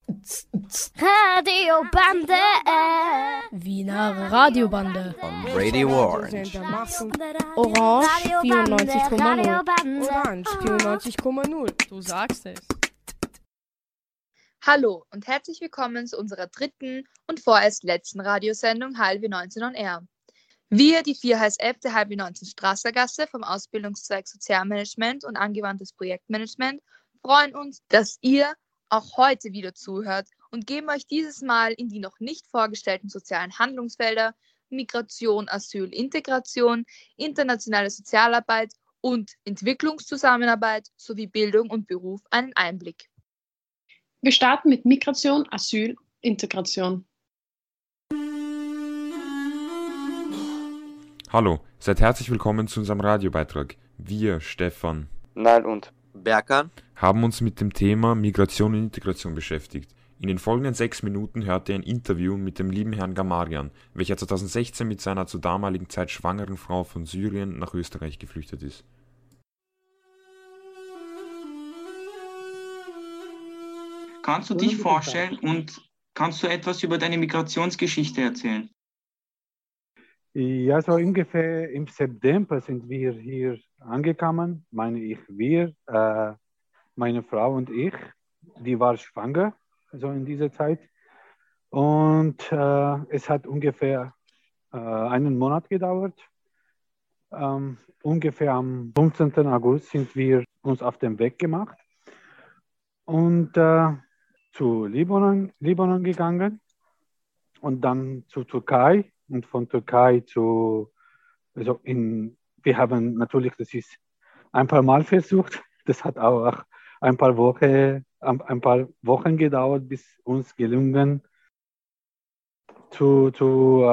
Radiobande. Wiener Radiobande. On Radio Orange. Orange 94,0. Orange 94,0. Du sagst es. Hallo und herzlich willkommen zu unserer dritten und vorerst letzten Radiosendung HLW 19 on Air. Wir, die 4HSF der HLW 19 Strassergasse vom Ausbildungszweig Sozialmanagement und angewandtes Projektmanagement, freuen uns, dass ihr auch heute wieder zuhört und geben euch dieses Mal in die noch nicht vorgestellten sozialen Handlungsfelder Migration, Asyl, Integration, internationale Sozialarbeit und Entwicklungszusammenarbeit sowie Bildung und Beruf einen Einblick. Wir starten mit Migration, Asyl, Integration. Hallo, seid herzlich willkommen zu unserem Radiobeitrag. Wir, Stefan, Nein und Berkan haben uns mit dem Thema Migration und Integration beschäftigt. In den folgenden 6 Minuten hört ihr ein Interview mit dem lieben Herrn Gamarian, welcher 2016 mit seiner zur damaligen Zeit schwangeren Frau von Syrien nach Österreich geflüchtet ist. Kannst du dich vorstellen und kannst du etwas über deine Migrationsgeschichte erzählen? Ja, so ungefähr im September sind wir hier angekommen, meine Frau und ich, die war schwanger, so in dieser Zeit. Und es hat ungefähr einen Monat gedauert. Ungefähr am 15. August sind wir uns auf den Weg gemacht und zu Libanon gegangen und dann zu Türkei und von Türkei wir haben natürlich, das ist ein paar Mal versucht, das hat auch ein paar Wochen gedauert, bis uns gelungen, zu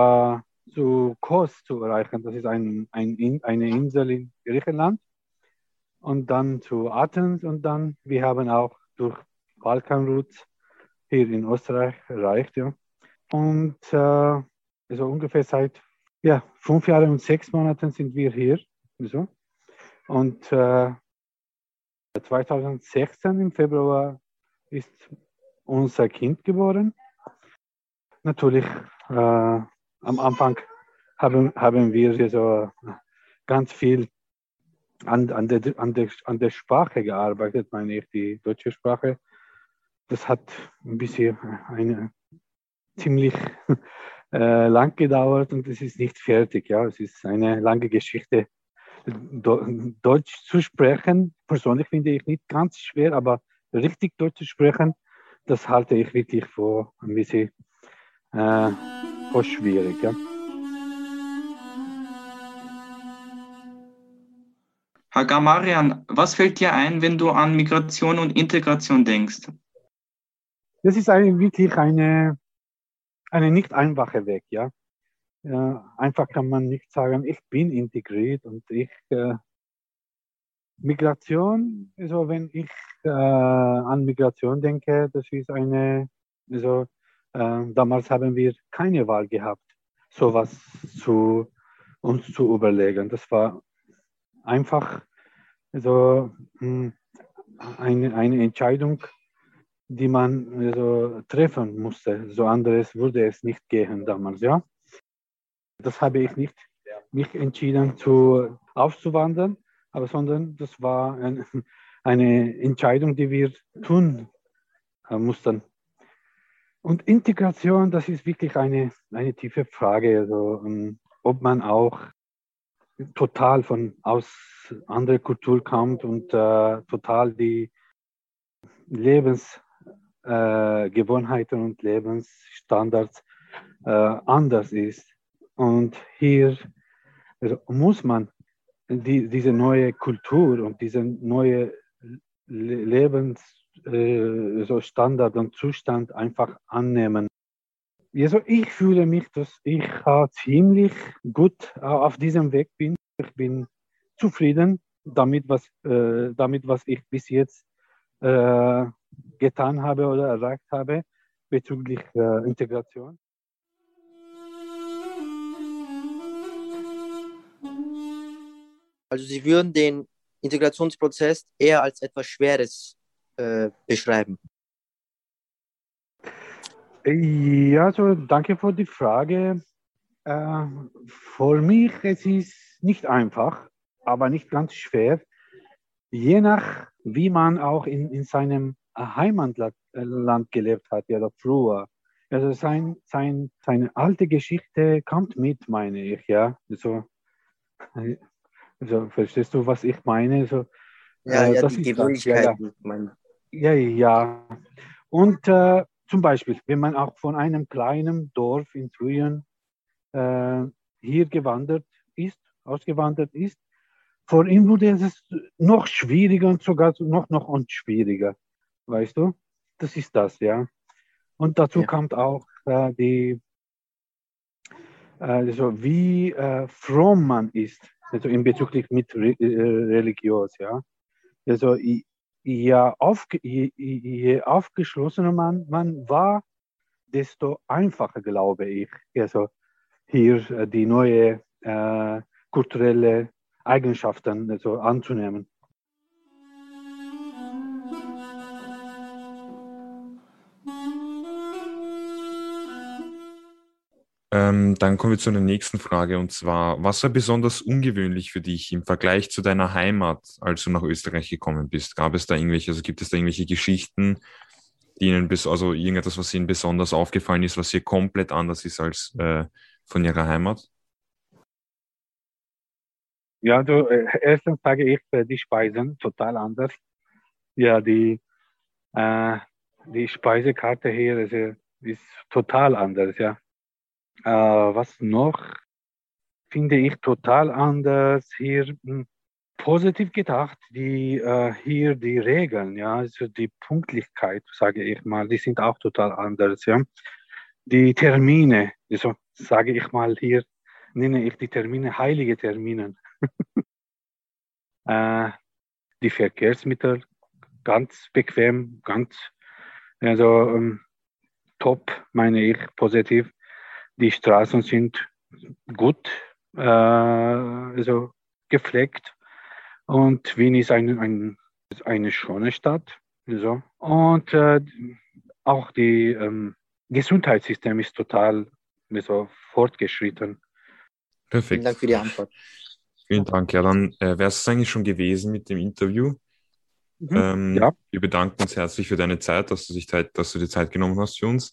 Kos zu erreichen. Das ist eine Insel in Griechenland. Und dann zu Athens und dann, wir haben auch durch Balkanroute hier in Österreich erreicht. Ja. Und so ungefähr seit 5 Jahren und 6 Monaten sind wir hier. So. Und 2016 im Februar ist unser Kind geboren. Natürlich am Anfang haben wir so ganz viel an der Sprache gearbeitet, meine ich, die deutsche Sprache. Das hat ein bisschen ziemlich lang gedauert und es ist nicht fertig. Ja. Es ist eine lange Geschichte. Deutsch zu sprechen, persönlich finde ich nicht ganz schwer, aber richtig Deutsch zu sprechen, das halte ich wirklich für ein bisschen für schwierig. Ja. Herr Gamarian, was fällt dir ein, wenn du an Migration und Integration denkst? Das ist wirklich eine nicht einfache Weg. Ja. Einfach kann man nicht sagen, ich bin integriert und Migration, also wenn ich an Migration denke, das ist damals haben wir keine Wahl gehabt, sowas uns zu überlegen. Das war einfach eine Entscheidung, die man treffen musste. So anderes würde es nicht gehen damals, ja. Das habe ich nicht mich entschieden, auszuwandern, sondern das war eine Entscheidung, die wir tun mussten. Und Integration, das ist wirklich eine tiefe Frage, ob man auch total aus anderer Kultur kommt und total die Lebensgewohnheiten und Lebensstandards anders ist. Und hier muss man diese neue Kultur und diese neue Lebensstandard und Zustand einfach annehmen. Also ich fühle mich, dass ich ziemlich gut auf diesem Weg bin. Ich bin zufrieden damit, was ich bis jetzt getan habe oder erreicht habe bezüglich Integration. Also Sie würden den Integrationsprozess eher als etwas Schweres beschreiben. Ja, so danke für die Frage. Für mich es ist nicht einfach, aber nicht ganz schwer. Je nach, wie man auch in seinem Heimatland Land gelebt hat, ja, früher. Also seine alte Geschichte kommt mit, meine ich, ja. Also, verstehst du, was ich meine? So, Ja, das die ist das, ja, ja. Gewohnheiten. Ja, ja. Und zum Beispiel, wenn man auch von einem kleinen Dorf in Thüringen hier ausgewandert ist, vor ihm wurde es noch schwieriger und sogar noch und schwieriger. Weißt du? Das ist das, ja. Und dazu Ja. kommt auch wie fromm man ist, also in Bezug mit religiös, ja. Also je aufgeschlossener man war, desto einfacher, glaube ich, also hier die neue kulturelle Eigenschaften also anzunehmen. Dann kommen wir zu der nächsten Frage, und zwar, was war besonders ungewöhnlich für dich im Vergleich zu deiner Heimat, als du nach Österreich gekommen bist? Gibt es da irgendwelche Geschichten, die Ihnen also irgendetwas, was Ihnen besonders aufgefallen ist, was hier komplett anders ist als von Ihrer Heimat? Ja, erstens sage ich, die Speisen total anders. Ja, die Speisekarte hier ist total anders, ja. Was noch finde ich total anders hier, positiv gedacht, hier die Regeln, ja, also die Pünktlichkeit, sage ich mal, die sind auch total anders, ja. Die Termine, also sage ich mal hier, nenne ich die Termine heilige Termine. Die Verkehrsmittel ganz bequem, top, meine ich, positiv. Die Straßen sind gut, also gepflegt. Und Wien ist eine schöne Stadt. So. Und auch das Gesundheitssystem ist total fortgeschritten. Perfekt. Vielen Dank für die Antwort. Vielen Dank. Ja, dann wäre es eigentlich schon gewesen mit dem Interview. Ja. Wir bedanken uns herzlich für deine Zeit, dass du dir Zeit genommen hast für uns.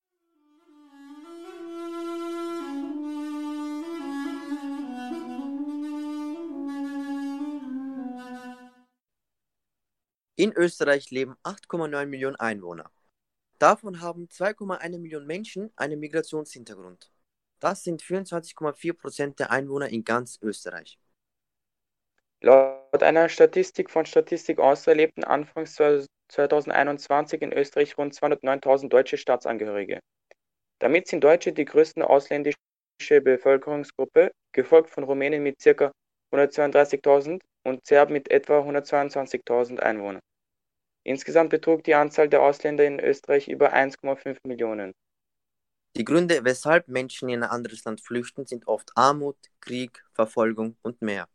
In Österreich leben 8,9 Millionen Einwohner. Davon haben 2,1 Millionen Menschen einen Migrationshintergrund. Das sind 24,4% der Einwohner in ganz Österreich. Laut einer Statistik von Statistik Austria lebten anfangs 2021 in Österreich rund 209.000 deutsche Staatsangehörige. Damit sind Deutsche die größte ausländische Bevölkerungsgruppe, gefolgt von Rumänen mit ca. 132.000 und Serben mit etwa 122.000 Einwohnern. Insgesamt betrug die Anzahl der Ausländer in Österreich über 1,5 Millionen. Die Gründe, weshalb Menschen in ein anderes Land flüchten, sind oft Armut, Krieg, Verfolgung und mehr.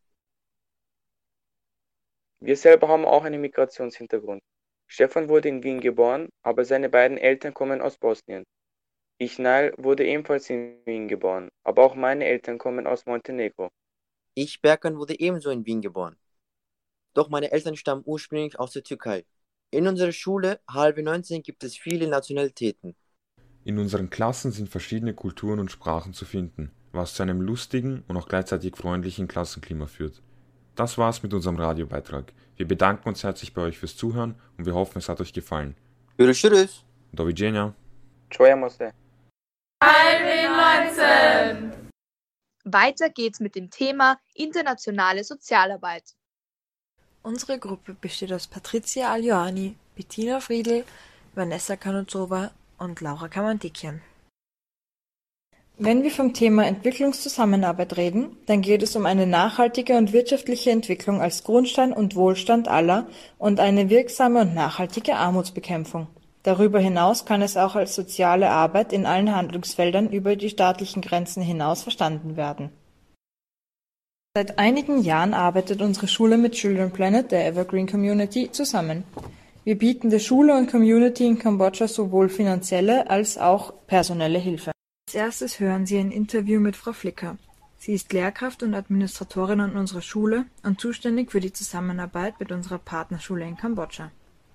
Wir selber haben auch einen Migrationshintergrund. Stefan wurde in Wien geboren, aber seine beiden Eltern kommen aus Bosnien. Ich, Nail, wurde ebenfalls in Wien geboren, aber auch meine Eltern kommen aus Montenegro. Ich, Berkan, wurde ebenso in Wien geboren. Doch meine Eltern stammen ursprünglich aus der Türkei. In unserer Schule, HLW19, gibt es viele Nationalitäten. In unseren Klassen sind verschiedene Kulturen und Sprachen zu finden, was zu einem lustigen und auch gleichzeitig freundlichen Klassenklima führt. Das war's mit unserem Radiobeitrag. Wir bedanken uns herzlich bei euch fürs Zuhören und wir hoffen, es hat euch gefallen. Tschüss. Do widzenia. Čujemo HLW19. Weiter geht's mit dem Thema internationale Sozialarbeit. Unsere Gruppe besteht aus Patricia Alioani, Bettina Friedl, Vanessa Kanuzova und Laura Kamandikian. Wenn wir vom Thema Entwicklungszusammenarbeit reden, dann geht es um eine nachhaltige und wirtschaftliche Entwicklung als Grundstein und Wohlstand aller und eine wirksame und nachhaltige Armutsbekämpfung. Darüber hinaus kann es auch als soziale Arbeit in allen Handlungsfeldern über die staatlichen Grenzen hinaus verstanden werden. Seit einigen Jahren arbeitet unsere Schule mit Children Planet, der Evergreen Community, zusammen. Wir bieten der Schule und Community in Kambodscha sowohl finanzielle als auch personelle Hilfe. Als erstes hören Sie ein Interview mit Frau Flicker. Sie ist Lehrkraft und Administratorin an unserer Schule und zuständig für die Zusammenarbeit mit unserer Partnerschule in Kambodscha.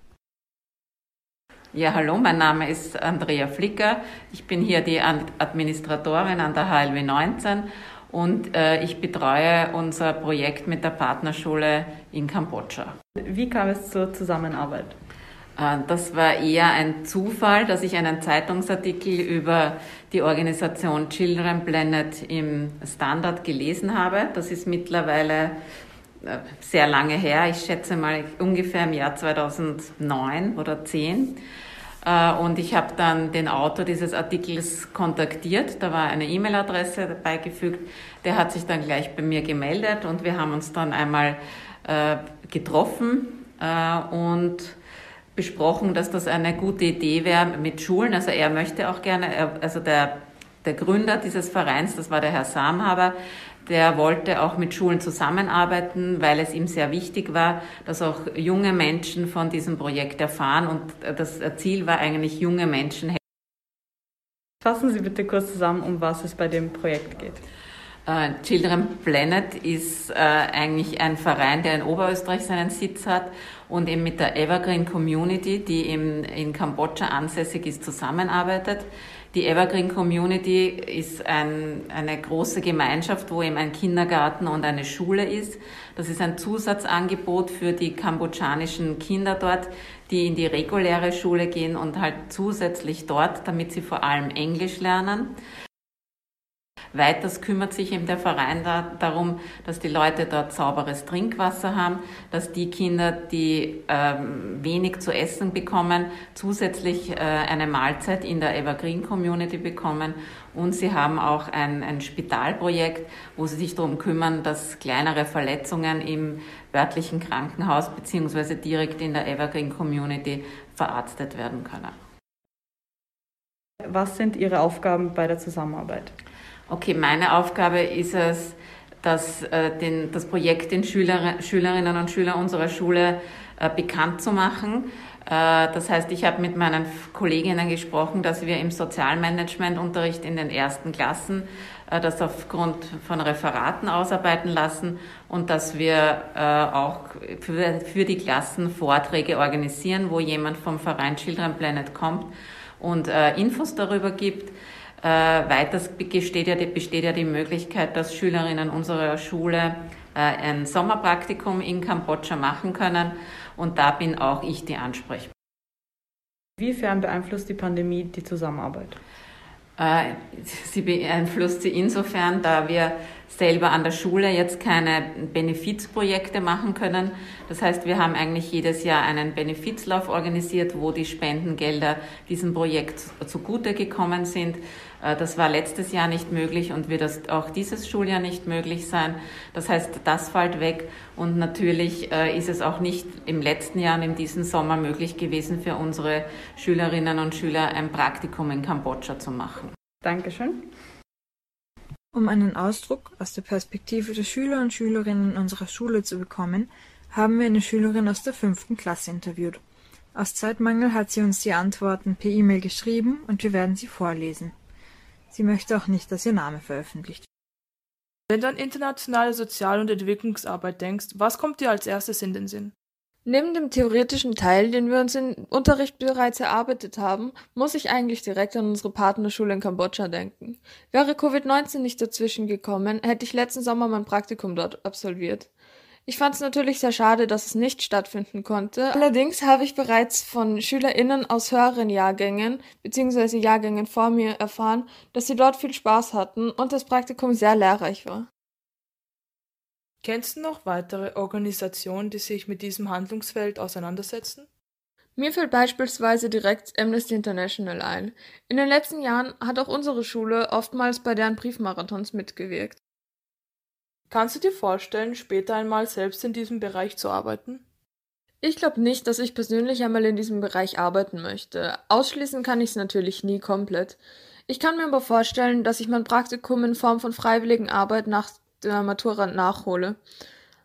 Ja, hallo, mein Name ist Andrea Flicker. Ich bin hier die Administratorin an der HLW 19 und ich betreue unser Projekt mit der Partnerschule in Kambodscha. Wie kam es zur Zusammenarbeit? Das war eher ein Zufall, dass ich einen Zeitungsartikel über die Organisation Children Planet im Standard gelesen habe. Das ist mittlerweile sehr lange her, ich schätze mal ungefähr im Jahr 2009 oder 2010. Und ich habe dann den Autor dieses Artikels kontaktiert, da war eine E-Mail-Adresse beigefügt, der hat sich dann gleich bei mir gemeldet und wir haben uns dann einmal getroffen und besprochen, dass das eine gute Idee wäre mit Schulen. Also er möchte auch gerne, also der Gründer dieses Vereins, das war der Herr Samhaber, der wollte auch mit Schulen zusammenarbeiten, weil es ihm sehr wichtig war, dass auch junge Menschen von diesem Projekt erfahren und das Ziel war eigentlich, junge Menschen helfen. Fassen Sie bitte kurz zusammen, um was es bei dem Projekt geht. Children Planet ist eigentlich ein Verein, der in Oberösterreich seinen Sitz hat und eben mit der Evergreen Community, die in Kambodscha ansässig ist, zusammenarbeitet. Die Evergreen Community ist eine große Gemeinschaft, wo eben ein Kindergarten und eine Schule ist. Das ist ein Zusatzangebot für die kambodschanischen Kinder dort, die in die reguläre Schule gehen und halt zusätzlich dort, damit sie vor allem Englisch lernen. Weiters kümmert sich eben der Verein darum, dass die Leute dort sauberes Trinkwasser haben, dass die Kinder, die wenig zu essen bekommen, zusätzlich eine Mahlzeit in der Evergreen Community bekommen. Und sie haben auch ein Spitalprojekt, wo sie sich darum kümmern, dass kleinere Verletzungen im örtlichen Krankenhaus bzw. direkt in der Evergreen Community verarztet werden können. Was sind Ihre Aufgaben bei der Zusammenarbeit? Okay, meine Aufgabe ist es, das Projekt den Schülerinnen und Schülern unserer Schule bekannt zu machen. Das heißt, ich habe mit meinen Kolleginnen gesprochen, dass wir im Sozialmanagementunterricht in den ersten Klassen das aufgrund von Referaten ausarbeiten lassen und dass wir auch für die Klassen Vorträge organisieren, wo jemand vom Verein Children Planet kommt und Infos darüber gibt. Weiters besteht ja die Möglichkeit, dass Schülerinnen unserer Schule ein Sommerpraktikum in Kambodscha machen können und da bin auch ich die Ansprechpartnerin. Inwiefern beeinflusst die Pandemie die Zusammenarbeit? Sie beeinflusst sie insofern, da wir selber an der Schule jetzt keine Benefizprojekte machen können. Das heißt, wir haben eigentlich jedes Jahr einen Benefizlauf organisiert, wo die Spendengelder diesem Projekt zugute gekommen sind. Das war letztes Jahr nicht möglich und wird das auch dieses Schuljahr nicht möglich sein. Das heißt, das fällt weg und natürlich ist es auch nicht im letzten Jahr und in diesem Sommer möglich gewesen, für unsere Schülerinnen und Schüler ein Praktikum in Kambodscha zu machen. Dankeschön. Um einen Ausdruck aus der Perspektive der Schüler und Schülerinnen unserer Schule zu bekommen, haben wir eine Schülerin aus der 5. Klasse interviewt. Aus Zeitmangel hat sie uns die Antworten per E-Mail geschrieben und wir werden sie vorlesen. Sie möchte auch nicht, dass ihr Name veröffentlicht wird. Wenn du an internationale Sozial- und Entwicklungsarbeit denkst, was kommt dir als erstes in den Sinn? Neben dem theoretischen Teil, den wir uns im Unterricht bereits erarbeitet haben, muss ich eigentlich direkt an unsere Partnerschule in Kambodscha denken. Wäre Covid-19 nicht dazwischen gekommen, hätte ich letzten Sommer mein Praktikum dort absolviert. Ich fand es natürlich sehr schade, dass es nicht stattfinden konnte. Allerdings habe ich bereits von SchülerInnen aus höheren Jahrgängen bzw. Jahrgängen vor mir erfahren, dass sie dort viel Spaß hatten und das Praktikum sehr lehrreich war. Kennst du noch weitere Organisationen, die sich mit diesem Handlungsfeld auseinandersetzen? Mir fällt beispielsweise direkt Amnesty International ein. In den letzten Jahren hat auch unsere Schule oftmals bei deren Briefmarathons mitgewirkt. Kannst du dir vorstellen, später einmal selbst in diesem Bereich zu arbeiten? Ich glaube nicht, dass ich persönlich einmal in diesem Bereich arbeiten möchte. Ausschließen kann ich es natürlich nie komplett. Ich kann mir aber vorstellen, dass ich mein Praktikum in Form von freiwilligen Arbeit nach der Matura nachhole.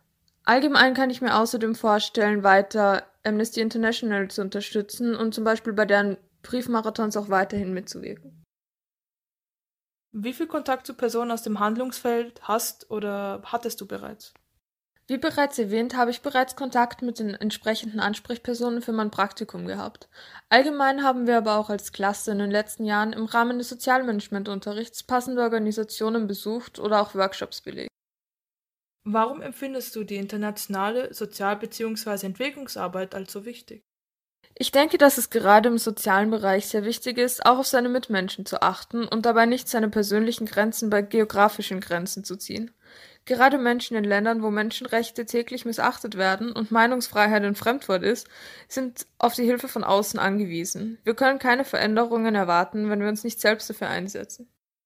Allgemein kann ich mir außerdem vorstellen, weiter Amnesty International zu unterstützen und zum Beispiel bei deren Briefmarathons auch weiterhin mitzuwirken. Wie viel Kontakt zu Personen aus dem Handlungsfeld hast oder hattest du bereits? Wie bereits erwähnt, habe ich bereits Kontakt mit den entsprechenden Ansprechpersonen für mein Praktikum gehabt. Allgemein haben wir aber auch als Klasse in den letzten Jahren im Rahmen des Sozialmanagementunterrichts passende Organisationen besucht oder auch Workshops belegt. Warum empfindest du die internationale Sozial- bzw. Entwicklungsarbeit als so wichtig? Ich denke, dass es gerade im sozialen Bereich sehr wichtig ist, auch auf seine Mitmenschen zu achten und dabei nicht seine persönlichen Grenzen bei geografischen Grenzen zu ziehen. Gerade Menschen in Ländern, wo Menschenrechte täglich missachtet werden und Meinungsfreiheit ein Fremdwort ist, sind auf die Hilfe von außen angewiesen. Wir können keine Veränderungen erwarten, wenn wir uns nicht selbst dafür einsetzen.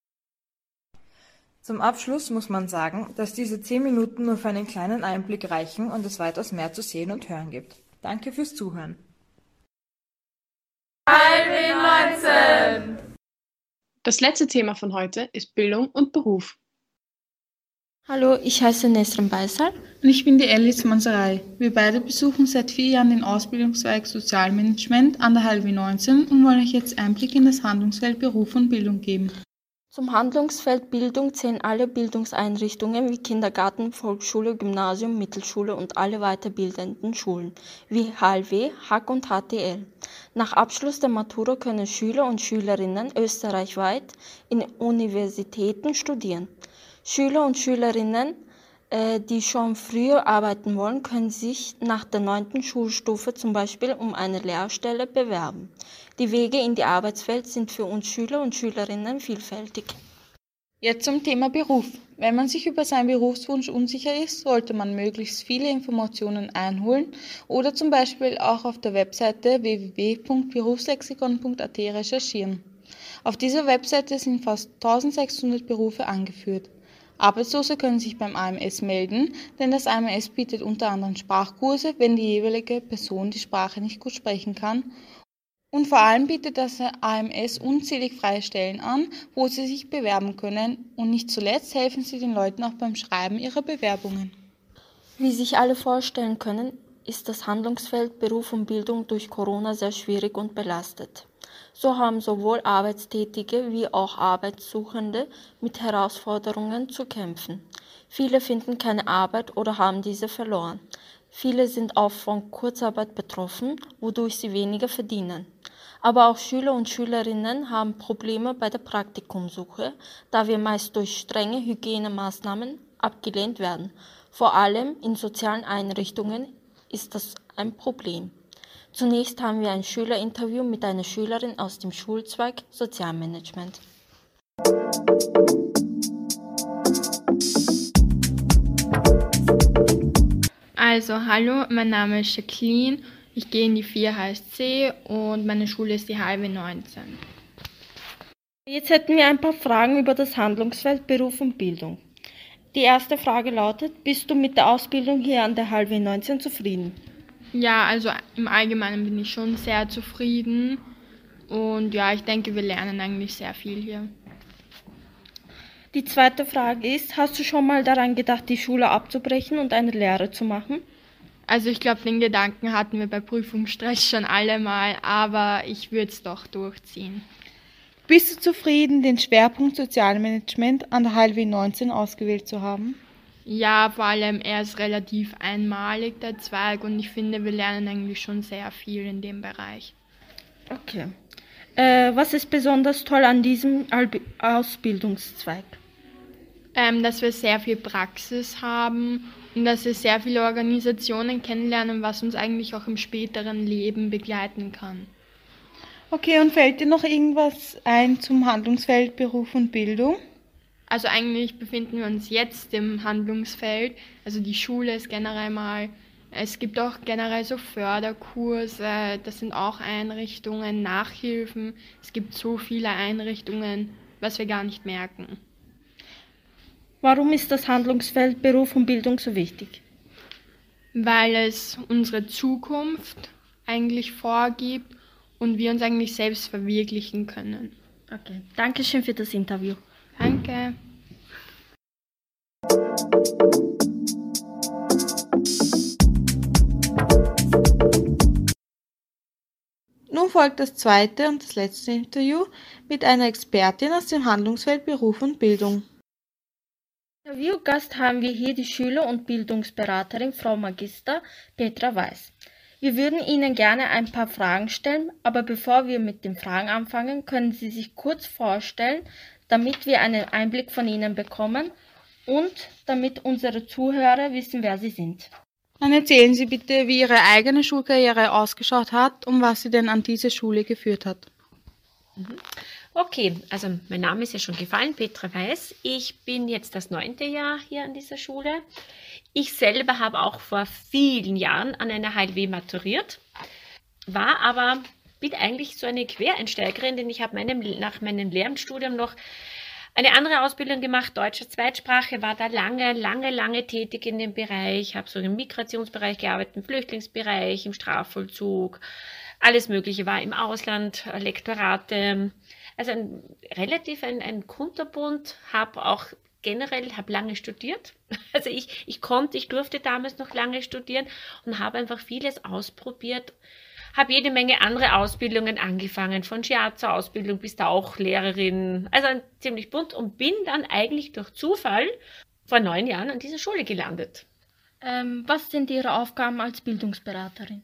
Zum Abschluss muss man sagen, dass diese 10 Minuten nur für einen kleinen Einblick reichen und es weitaus mehr zu sehen und hören gibt. Danke fürs Zuhören. HLW19! Das letzte Thema von heute ist Bildung und Beruf. Hallo, ich heiße Nesrin Baysal. Und ich bin die Alice Mansaray. Wir beide besuchen seit 4 Jahren den Ausbildungszweig Sozialmanagement an der HLW19 und wollen euch jetzt Einblick in das Handlungsfeld Beruf und Bildung geben. Zum Handlungsfeld Bildung zählen alle Bildungseinrichtungen wie Kindergarten, Volksschule, Gymnasium, Mittelschule und alle weiterbildenden Schulen wie HLW, HAK und HTL. Nach Abschluss der Matura können Schüler und Schülerinnen österreichweit in Universitäten studieren. Schüler und Schülerinnen, die schon früher arbeiten wollen, können sich nach der 9. Schulstufe zum Beispiel um eine Lehrstelle bewerben. Die Wege in die Arbeitswelt sind für uns Schüler und Schülerinnen vielfältig. Jetzt zum Thema Beruf. Wenn man sich über seinen Berufswunsch unsicher ist, sollte man möglichst viele Informationen einholen oder zum Beispiel auch auf der Webseite www.berufslexikon.at recherchieren. Auf dieser Webseite sind fast 1600 Berufe angeführt. Arbeitslose können sich beim AMS melden, denn das AMS bietet unter anderem Sprachkurse, wenn die jeweilige Person die Sprache nicht gut sprechen kann. Und vor allem bietet das AMS unzählig freie Stellen an, wo sie sich bewerben können. Und nicht zuletzt helfen sie den Leuten auch beim Schreiben ihrer Bewerbungen. Wie sich alle vorstellen können, ist das Handlungsfeld Beruf und Bildung durch Corona sehr schwierig und belastet. So haben sowohl Arbeitstätige wie auch Arbeitssuchende mit Herausforderungen zu kämpfen. Viele finden keine Arbeit oder haben diese verloren. Viele sind auch von Kurzarbeit betroffen, wodurch sie weniger verdienen. Aber auch Schüler und Schülerinnen haben Probleme bei der Praktikumsuche, da wir meist durch strenge Hygienemaßnahmen abgelehnt werden. Vor allem in sozialen Einrichtungen ist das ein Problem. Zunächst haben wir ein Schülerinterview mit einer Schülerin aus dem Schulzweig Sozialmanagement. Also, hallo, mein Name ist Jacqueline, ich gehe in die 4 HSC und meine Schule ist die HLW19. Jetzt hätten wir ein paar Fragen über das Handlungsfeld Beruf und Bildung. Die erste Frage lautet, bist du mit der Ausbildung hier an der HLW19 zufrieden? Ja, also im Allgemeinen bin ich schon sehr zufrieden und ja, ich denke, wir lernen eigentlich sehr viel hier. Die zweite Frage ist, hast du schon mal daran gedacht, die Schule abzubrechen und eine Lehre zu machen? Also ich glaube, den Gedanken hatten wir bei Prüfungsstress schon alle mal, aber ich würde es doch durchziehen. Bist du zufrieden, den Schwerpunkt Sozialmanagement an der HLW19 ausgewählt zu haben? Ja, vor allem er ist relativ einmalig, der Zweig, und ich finde, wir lernen eigentlich schon sehr viel in dem Bereich. Okay. Was ist besonders toll an diesem Ausbildungszweig? Dass wir sehr viel Praxis haben und dass wir sehr viele Organisationen kennenlernen, was uns eigentlich auch im späteren Leben begleiten kann. Okay, und fällt dir noch irgendwas ein zum Handlungsfeld Beruf und Bildung? Also eigentlich befinden wir uns jetzt im Handlungsfeld, also die Schule ist generell mal, es gibt auch generell so Förderkurse, das sind auch Einrichtungen, Nachhilfen, es gibt so viele Einrichtungen, was wir gar nicht merken. Warum ist das Handlungsfeld Beruf und Bildung so wichtig? Weil es unsere Zukunft eigentlich vorgibt und wir uns eigentlich selbst verwirklichen können. Okay, danke schön für das Interview. Danke. Nun folgt das zweite und das letzte Interview mit einer Expertin aus dem Handlungsfeld Beruf und Bildung. Interviewgast haben wir hier die Schüler- und Bildungsberaterin Frau Magister Petra Weiß. Wir würden Ihnen gerne ein paar Fragen stellen, aber bevor wir mit den Fragen anfangen, können Sie sich kurz vorstellen, damit wir einen Einblick von Ihnen bekommen und damit unsere Zuhörer wissen, wer Sie sind. Dann erzählen Sie bitte, wie Ihre eigene Schulkarriere ausgeschaut hat und was Sie denn an diese Schule geführt hat. Okay, also mein Name ist ja schon gefallen, Petra Weiß. Ich bin jetzt das 9. Jahr hier an dieser Schule. Ich selber habe auch vor vielen Jahren an einer HLW maturiert, bin eigentlich so eine Quereinsteigerin, denn ich habe nach meinem Lehramtsstudium noch eine andere Ausbildung gemacht, deutsche Zweitsprache, war da lange tätig in dem Bereich, habe so im Migrationsbereich gearbeitet, im Flüchtlingsbereich, im Strafvollzug, alles Mögliche, war im Ausland, Lektorate, also ein Kunterbund, habe lange studiert, also ich durfte damals noch lange studieren und habe einfach vieles ausprobiert, habe jede Menge andere Ausbildungen angefangen, von Shiatsu-Ausbildung bis Tauchlehrerin, also ziemlich bunt und bin dann eigentlich durch Zufall vor 9 Jahren an dieser Schule gelandet. Was sind Ihre Aufgaben als Bildungsberaterin?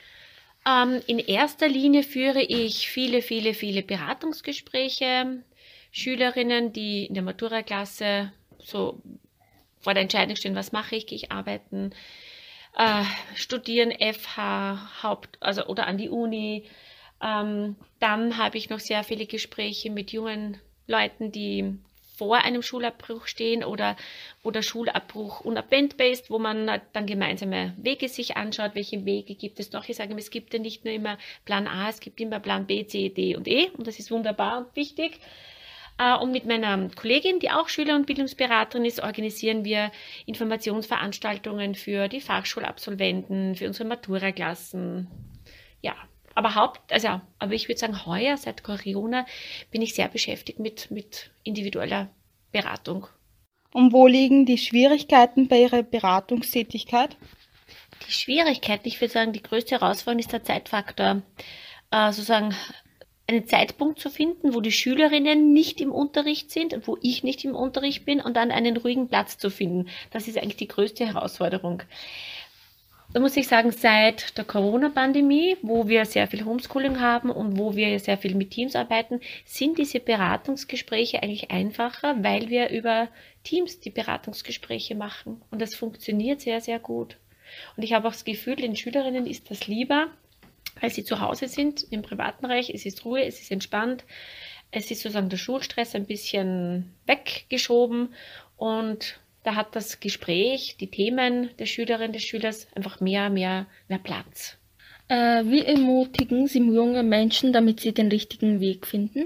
In erster Linie führe ich viele Beratungsgespräche, Schülerinnen, die in der Matura-Klasse so vor der Entscheidung stehen, was mache ich, gehe ich arbeiten, studieren, FH, oder an die Uni. Dann habe ich noch sehr viele Gespräche mit jungen Leuten, die vor einem Schulabbruch stehen oder wo der Schulabbruch unabwendbar ist, wo man dann gemeinsame Wege sich anschaut, welche Wege gibt es noch. Ich sage immer, es gibt ja nicht nur immer Plan A, es gibt immer Plan B, C, D und E und das ist wunderbar und wichtig. Und mit meiner Kollegin, die auch Schüler- und Bildungsberaterin ist, organisieren wir Informationsveranstaltungen für die Fachschulabsolventen, für unsere Matura-Klassen. Ja, aber ich würde sagen, heuer, seit Corona, bin ich sehr beschäftigt mit individueller Beratung. Und wo liegen die Schwierigkeiten bei Ihrer Beratungstätigkeit? Die Schwierigkeit, ich würde sagen, die größte Herausforderung ist der Zeitfaktor. Sozusagen einen Zeitpunkt zu finden, wo die Schülerinnen nicht im Unterricht sind und wo ich nicht im Unterricht bin und dann einen ruhigen Platz zu finden. Das ist eigentlich die größte Herausforderung. Da muss ich sagen, seit der Corona-Pandemie, wo wir sehr viel Homeschooling haben und wo wir sehr viel mit Teams arbeiten, sind diese Beratungsgespräche eigentlich einfacher, weil wir über Teams die Beratungsgespräche machen. Und das funktioniert sehr, sehr gut. Und ich habe auch das Gefühl, den Schülerinnen ist das lieber, weil sie zu Hause sind, im privaten Bereich. Es ist Ruhe, es ist entspannt. Es ist sozusagen der Schulstress ein bisschen weggeschoben und da hat das Gespräch, die Themen der Schülerin, des Schülers einfach mehr Platz. Wie ermutigen Sie junge Menschen, damit sie den richtigen Weg finden?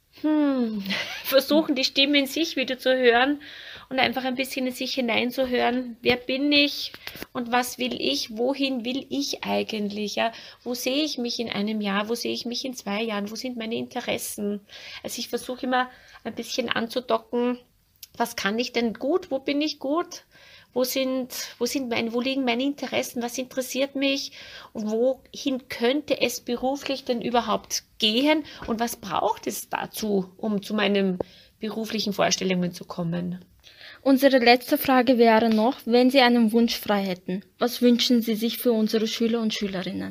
Versuchen, die Stimme in sich wieder zu hören und einfach ein bisschen in sich hineinzuhören. Wer bin ich und was will ich? Wohin will ich eigentlich? Ja? Wo sehe ich mich in einem Jahr? Wo sehe ich mich in 2 Jahren? Wo sind meine Interessen? Also ich versuche immer ein bisschen anzudocken, was kann ich denn gut? Wo bin ich gut? Wo liegen meine Interessen? Was interessiert mich? Und wohin könnte es beruflich denn überhaupt gehen? Und was braucht es dazu, um zu meinen beruflichen Vorstellungen zu kommen? Unsere letzte Frage wäre noch, wenn Sie einen Wunsch frei hätten, was wünschen Sie sich für unsere Schüler und Schülerinnen?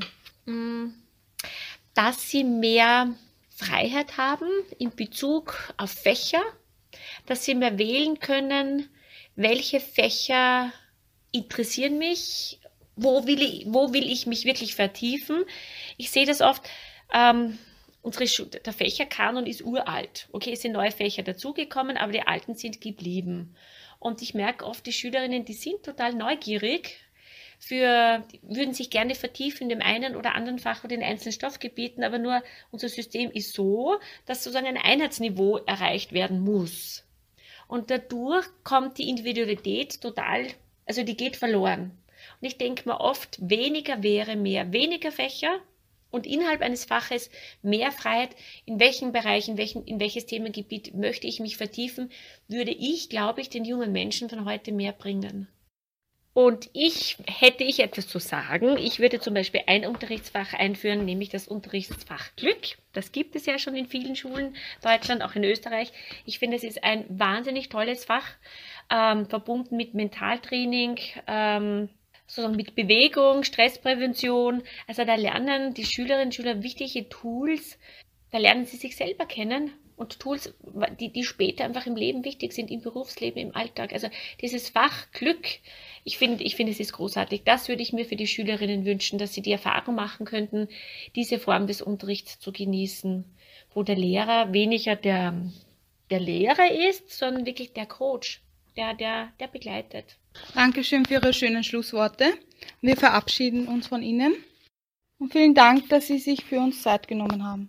Dass sie mehr Freiheit haben in Bezug auf Fächer, dass sie mehr wählen können, welche Fächer interessieren mich, wo will ich mich wirklich vertiefen. Ich sehe das oft, der Fächerkanon ist uralt. Okay, es sind neue Fächer dazugekommen, aber die alten sind geblieben. Und ich merke oft, die Schülerinnen, die sind total neugierig, würden sich gerne vertiefen in dem einen oder anderen Fach oder in einzelnen Stoffgebieten, aber nur unser System ist so, dass sozusagen ein Einheitsniveau erreicht werden muss. Und dadurch kommt die Individualität die geht verloren. Und ich denke mir oft, weniger wäre mehr. Weniger Fächer und innerhalb eines Faches mehr Freiheit. In welchem Bereich, in welches Themengebiet möchte ich mich vertiefen, würde ich, glaube ich, den jungen Menschen von heute mehr bringen. Und hätte ich etwas zu sagen, ich würde zum Beispiel ein Unterrichtsfach einführen, nämlich das Unterrichtsfach Glück. Das gibt es ja schon in vielen Schulen, Deutschland, auch in Österreich. Ich finde, es ist ein wahnsinnig tolles Fach, verbunden mit Mentaltraining, sozusagen mit Bewegung, Stressprävention. Also da lernen die Schülerinnen und Schüler wichtige Tools, da lernen sie sich selber kennen. Und Tools, die später einfach im Leben wichtig sind, im Berufsleben, im Alltag. Also dieses Fach Glück, ich finde, es ist großartig. Das würde ich mir für die Schülerinnen wünschen, dass sie die Erfahrung machen könnten, diese Form des Unterrichts zu genießen, wo der Lehrer weniger der Lehrer ist, sondern wirklich der Coach, der begleitet. Dankeschön für Ihre schönen Schlussworte. Wir verabschieden uns von Ihnen. Und vielen Dank, dass Sie sich für uns Zeit genommen haben.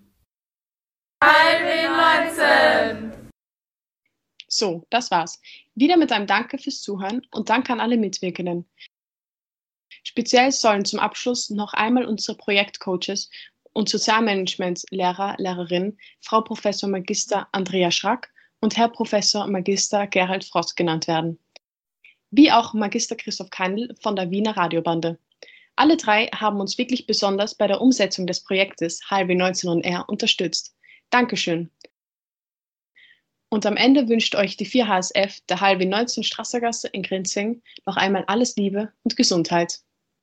HLW 19! So, das war's. Wieder mit einem Danke fürs Zuhören und Dank an alle Mitwirkenden. Speziell sollen zum Abschluss noch einmal unsere Projektcoaches und Sozialmanagement-Lehrer, Lehrerinnen, Frau Professor Magister Andrea Schrack und Herr Professor Magister Gerald Frost genannt werden. Wie auch Magister Christoph Keindl von der Wiener Radiobande. Alle drei haben uns wirklich besonders bei der Umsetzung des Projektes HLW 19 on Air unterstützt. Dankeschön. Und am Ende wünscht euch die 4 HSF der HLW 19 Strassergasse in Grinzing noch einmal alles Liebe und Gesundheit.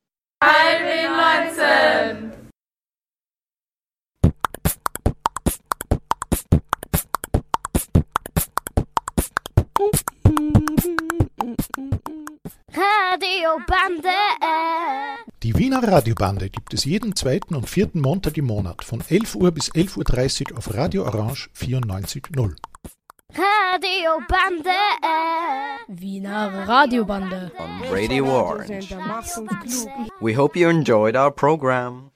HLW 19! Radiobande. Die Wiener Radiobande gibt es jeden zweiten und vierten Montag im Monat von 11 Uhr bis 11.30 Uhr auf Radio Orange 94.0. Radiobande. Wiener Radiobande. On Radio Orange. We hope you enjoyed our program.